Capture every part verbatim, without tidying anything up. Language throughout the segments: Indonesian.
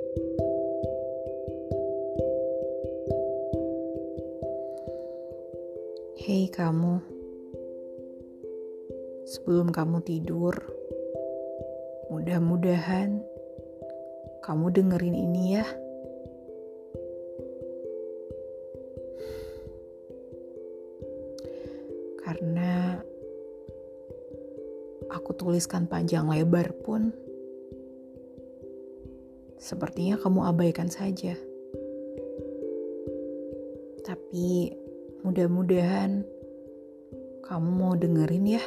Hei kamu, sebelum kamu tidur, mudah-mudahan kamu dengerin ini ya. Karena aku tuliskan panjang lebar pun, sepertinya kamu abaikan saja. Tapi mudah-mudahan kamu mau dengerin ya.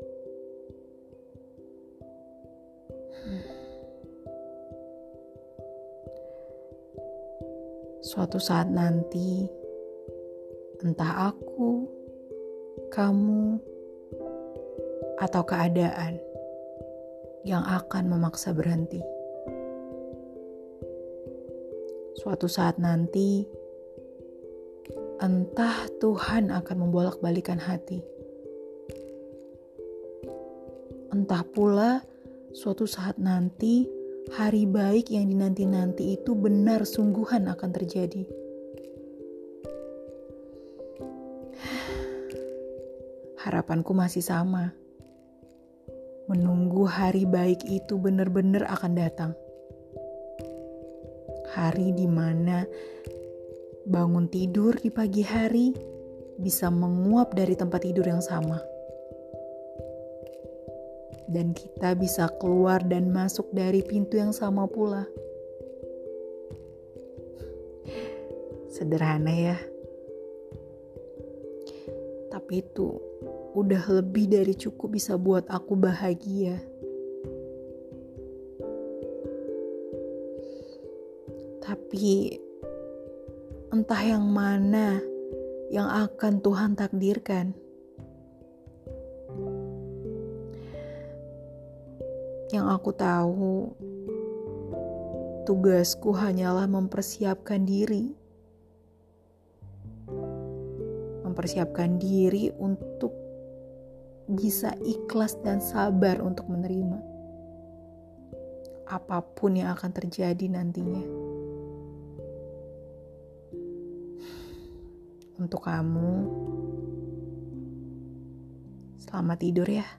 Suatu saat nanti, entah aku, kamu, atau keadaan yang akan memaksa berhenti. Suatu saat nanti, entah Tuhan akan membolak-balikan hati. Entah pula suatu saat nanti, hari baik yang dinanti-nanti itu benar sungguhan akan terjadi. Harapanku masih sama. Menunggu hari baik itu benar-benar akan datang. Hari di mana bangun tidur di pagi hari bisa menguap dari tempat tidur yang sama. Dan kita bisa keluar dan masuk dari pintu yang sama pula. Sederhana ya. Tapi itu udah lebih dari cukup bisa buat aku bahagia. Tapi entah yang mana yang akan Tuhan takdirkan. Yang aku tahu, tugasku hanyalah mempersiapkan diri. Mempersiapkan diri untuk bisa ikhlas dan sabar untuk menerima apapun yang akan terjadi nantinya. Untuk kamu, selamat tidur ya.